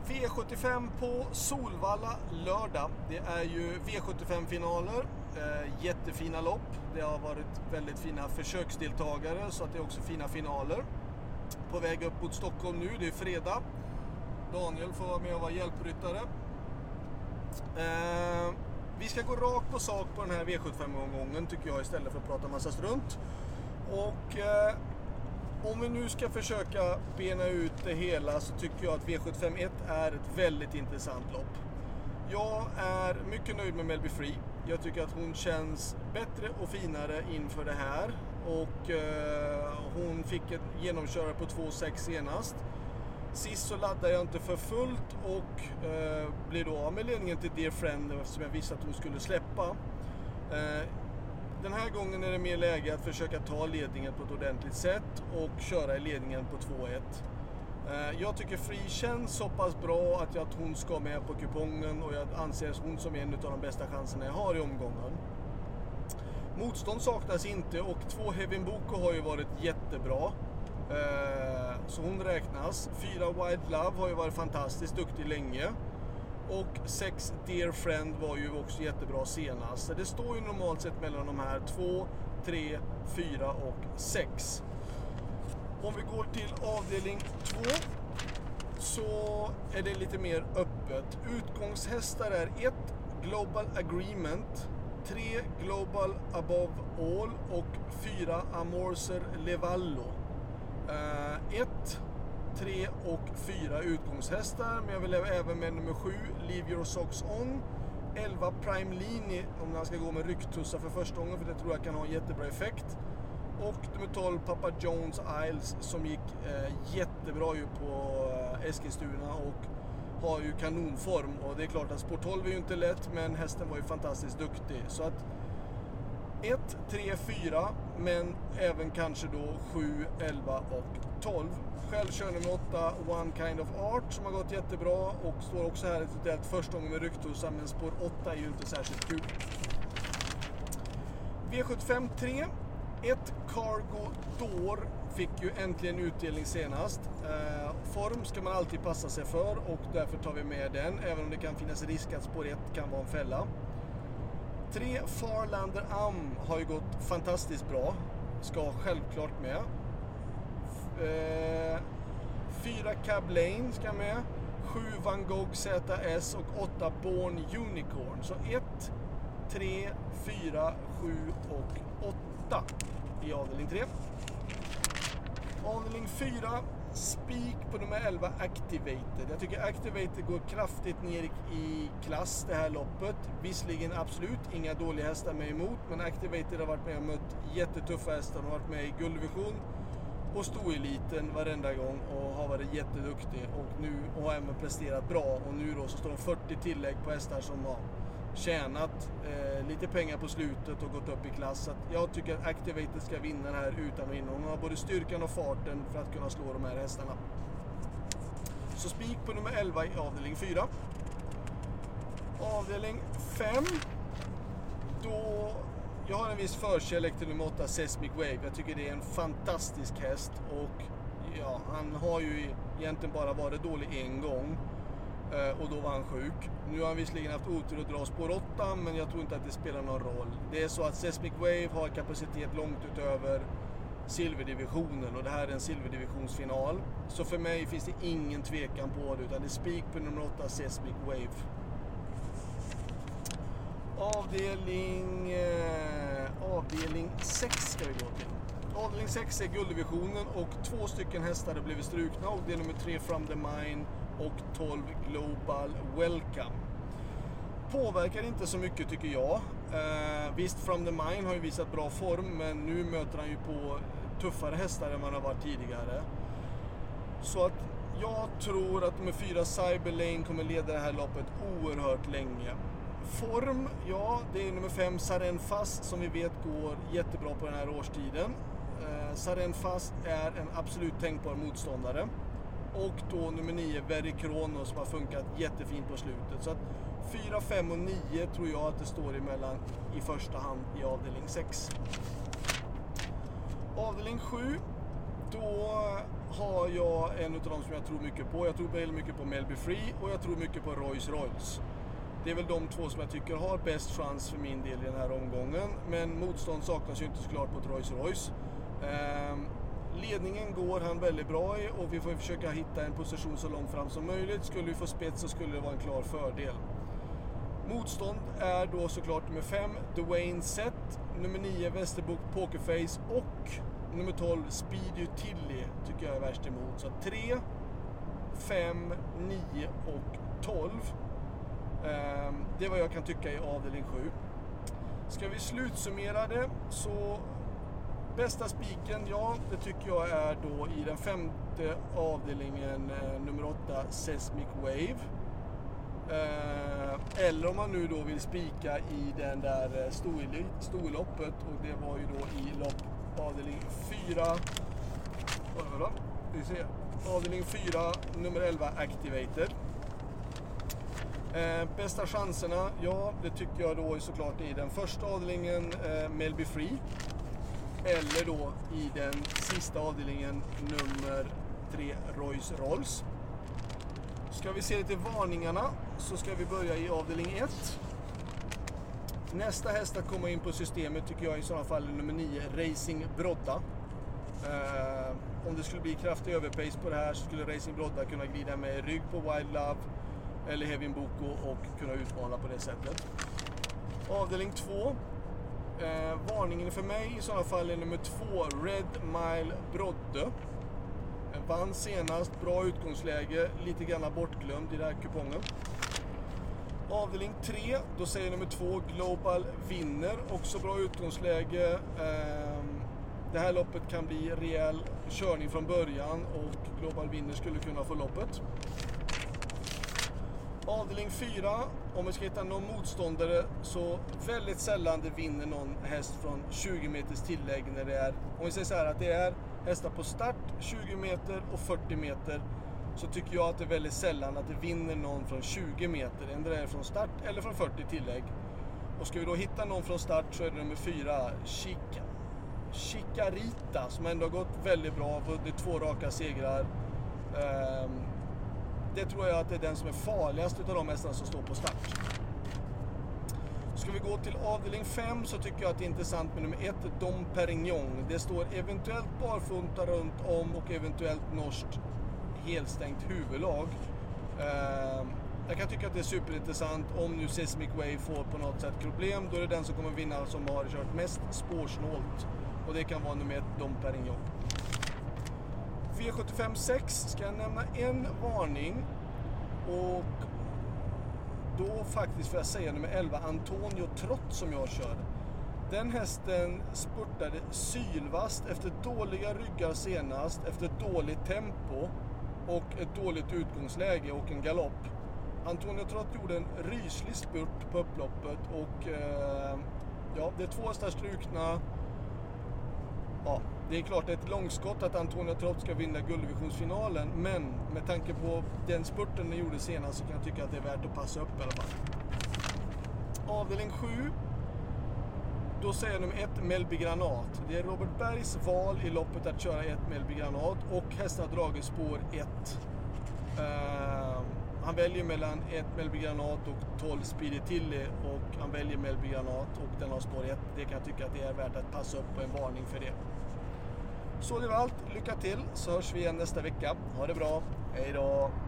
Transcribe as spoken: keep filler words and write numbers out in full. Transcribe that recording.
V sjuttiofem på Solvalla lördag. Det är ju V sjuttiofem-finaler. Eh, jättefina lopp. Det har varit väldigt fina försöksdeltagare, så att det är också fina finaler. På väg upp mot Stockholm nu. Det är fredag. Daniel får vara med och vara hjälpryttare. Eh, vi ska gå rakt på sak på den här V sjuttiofem-omgången, tycker jag, istället för att prata massa strunt. Och eh, om vi nu ska försöka bena ut det hela, så tycker jag att V sjuttiofem ett är ett väldigt intressant lopp. Jag är mycket nöjd med Melby Free. Jag tycker att hon känns bättre och finare inför det här. Och eh, hon fick ett genomköra på två sex senast. Sist så laddade jag inte för fullt och eh, blev då av med ledningen till Dear Friend, eftersom jag visste att hon skulle släppa. Eh, Den här gången är det mer läge att försöka ta ledningen på ett ordentligt sätt och köra i ledningen på två ett. Jag tycker Free känns så pass bra att, jag, att hon ska med på kupongen, och jag anser hon som en av de bästa chanserna jag har i omgången. Motstånd saknas inte, och två Heaven Boko har ju varit jättebra. Så hon räknas. Fyra Wild Love har ju varit fantastiskt duktig länge. Och sex Dear Friend var ju också jättebra senast. Så det står ju normalt sett mellan de här två, tre, fyra och sex. Om vi går till avdelning två, så är det lite mer öppet. Utgångshästar är ett Global Agreement, tre Global Above All och fyra Amorser Levallo. ett tre och fyra utgångshästar, men jag vill även med nummer sju Leave Your Socks On, elva Prime Lini om man ska gå med rycktussar för första gången, för det tror jag kan ha en jättebra effekt, och nummer tolv Papa Jones Isles, som gick eh, jättebra ju på eh, Eskilstuna och har ju kanonform. Och det är klart att sport tolv är ju inte lätt, men hästen var ju fantastiskt duktig, så att ett, tre, fyra, men även kanske då sju, elva och tolv. Själv kör nummer åtta One Kind of Art, som har gått jättebra och står också här ett första gången med rycktussar, men spår åtta är ju inte särskilt kul. V sjuttiofem tre, ett Cargo Door fick ju äntligen utdelning senast. Eh, form ska man alltid passa sig för, och därför tar vi med den, även om det kan finnas risk att spår ett kan vara en fälla. tre Farlander Am har ju gått fantastiskt bra, ska självklart med. Eh, fyra Cab Lane ska med, sju Van Gogh Z S och åtta Born Unicorn. Så ett, tre, fyra, sju och åtta i avdelning tre. Avdelning fyra, spik på nummer elva Activated. Jag tycker Activated går kraftigt ner i klass det här loppet. Visserligen absolut inga dåliga hästar med emot, men Activated har varit med och mött jättetuffa hästar och varit med i gulddivision och stod i eliten varenda gång och har varit jätteduktig, och nu och har även presterat bra. Och nu då så står de fyrtio tillägg på hästar som har tjänat eh, lite pengar på slutet och gått upp i klass. Så att jag tycker att Activated ska vinna den här utan att vinna. Hon har både styrkan och farten för att kunna slå de här hästarna. Så spik på nummer elva i avdelning fyra. Avdelning fem. Då jag har en viss förkärlek till nummer åtta Seismic Wave. Jag tycker det är en fantastisk häst, och ja, han har ju egentligen bara varit dålig en gång. Och då var han sjuk. Nu har han visserligen haft otur att dra spår åtta, men jag tror inte att det spelar någon roll. Det är så att Seismic Wave har kapacitet långt utöver silverdivisionen, och det här är en silverdivisionsfinal. Så för mig finns det ingen tvekan på det, utan det är spik på nummer åtta Seismic Wave. Avdelning eh, avdelning sex ska vi gå till. Avdelning sex är gulddivisionen, och två stycken hästar har blivit strukna, och det är nummer tre From the Mine och tolv Global Welcome. Påverkar inte så mycket tycker jag. Eh, visst, From the Mine har ju visat bra form, men nu möter han ju på tuffare hästar än man har varit tidigare. Så att jag tror att nummer fyra Cyber Lane kommer leda det här loppet oerhört länge. Form, ja, det är nummer fem Sarenfast som vi vet går jättebra på den här årstiden. Eh, Sarenfast är en absolut tänkbar motståndare. Och då nummer nio Very Kronos som har funkat jättefint på slutet. Så att fyra, fem och nio tror jag att det står emellan i första hand i avdelning sex. Avdelning sju, då har jag en av de som jag tror mycket på. Jag tror väldigt mycket på Melby Free och jag tror mycket på Rolls Royce. Det är väl de två som jag tycker har bäst chans för min del i den här omgången. Men motstånd saknas ju inte såklart mot Rolls Royce. Ehm, ledningen går han väldigt bra i och vi får försöka hitta en position så långt fram som möjligt. Skulle vi få spets så skulle det vara en klar fördel. Motstånd är då såklart nummer fem Dwayne Set, nummer nio Västerbook Pokerface och nummer tolv Speedy Tilly tycker jag är värst emot. Så tre, fem, nio och tolv. Ehm, det är vad jag kan tycka i avdelning sju. Ska vi slutsummera det så bästa spiken, ja, det tycker jag är då i den femte avdelningen eh, nummer åtta Seismic Wave. Eh, eller om man nu då vill spika i den där storloppet och det var ju då i lopp avdelning fyra. Vad var det? Vi ser. Avdelning fyra nummer elva Activated. Eh, bästa chanserna, ja, det tycker jag då är såklart i den första avdelningen eh, Melby Free. Eller då i den sista avdelningen nummer tre Rolls Royce. Ska vi se lite varningarna så ska vi börja i avdelning ett. Nästa häst att komma in på systemet tycker jag i sådana fall är nummer nio Racing Brodda. Eh, om det skulle bli kraftig överpace på det här så skulle Racing Brodda kunna glida med rygg på Wild Love eller Heavy Boko och kunna utmana på det sättet. Avdelning två. Eh, varningen för mig i sådana fall är nummer två Red Mile Brodde. Vann senast, bra utgångsläge, lite grann bortglömd i den här kupongen. Avdelning tre, då säger nummer två Global vinner, också bra utgångsläge. Eh, det här loppet kan bli rejäl körning från början och Global vinner skulle kunna få loppet. Avdelning fyra, om vi ska hitta någon motståndare så väldigt sällan det vinner någon häst från tjugo meters tillägg när det är, om vi säger så här att det är hästar på start tjugo meter och fyrtio meter så tycker jag att det är väldigt sällan att det vinner någon från tjugo meter, ändå är det från start eller från fyrtio tillägg. Och ska vi då hitta någon från start så är det nummer fyra Chica. Chicarita som ändå har gått väldigt bra, det är två raka segrar. Um, Det tror jag att det är den som är farligast utav de hästarna som står på start. Ska vi gå till avdelning fem så tycker jag att det är intressant med nummer ett Dom Perignon. Det står eventuellt barfota runt om och eventuellt norskt helstängt huvudlag. Jag kan tycka att det är superintressant. Om nu Seismic Wave får på något sätt problem, då är det den som kommer vinna som har kört mest spårsnålt. Och det kan vara nummer ett Dom Perignon. V sjuttiofem sex ska jag nämna en varning och då faktiskt får jag säga nummer elva Antonio Trott som jag kör. Den hästen spurtade sylvast efter dåliga ryggar senast, efter dåligt tempo och ett dåligt utgångsläge och en galopp. Antonio Trott gjorde en ryslig spurt på upploppet och eh, ja, det är två hästar strukna. Ja, det är klart ett långskott att Antonio Trott ska vinna gulddivisionsfinalen, men med tanke på den spurten den gjorde senast så kan jag tycka att det är värt att passa upp i alla fall. Avdelning sju, då säger jag nummer ett Melby Granat. Det är Robert Bergs val i loppet att köra ett Melby Granat och hästen har dragit spår ett. Uh, han väljer mellan ett Melby Granat och tolv Speedy Tilly och han väljer Melby Granat och den har spår ett. Det kan jag tycka att det är värt att passa upp på en varning för det. Så det var allt. Lycka till så hörs vi igen nästa vecka. Ha det bra. Hej då!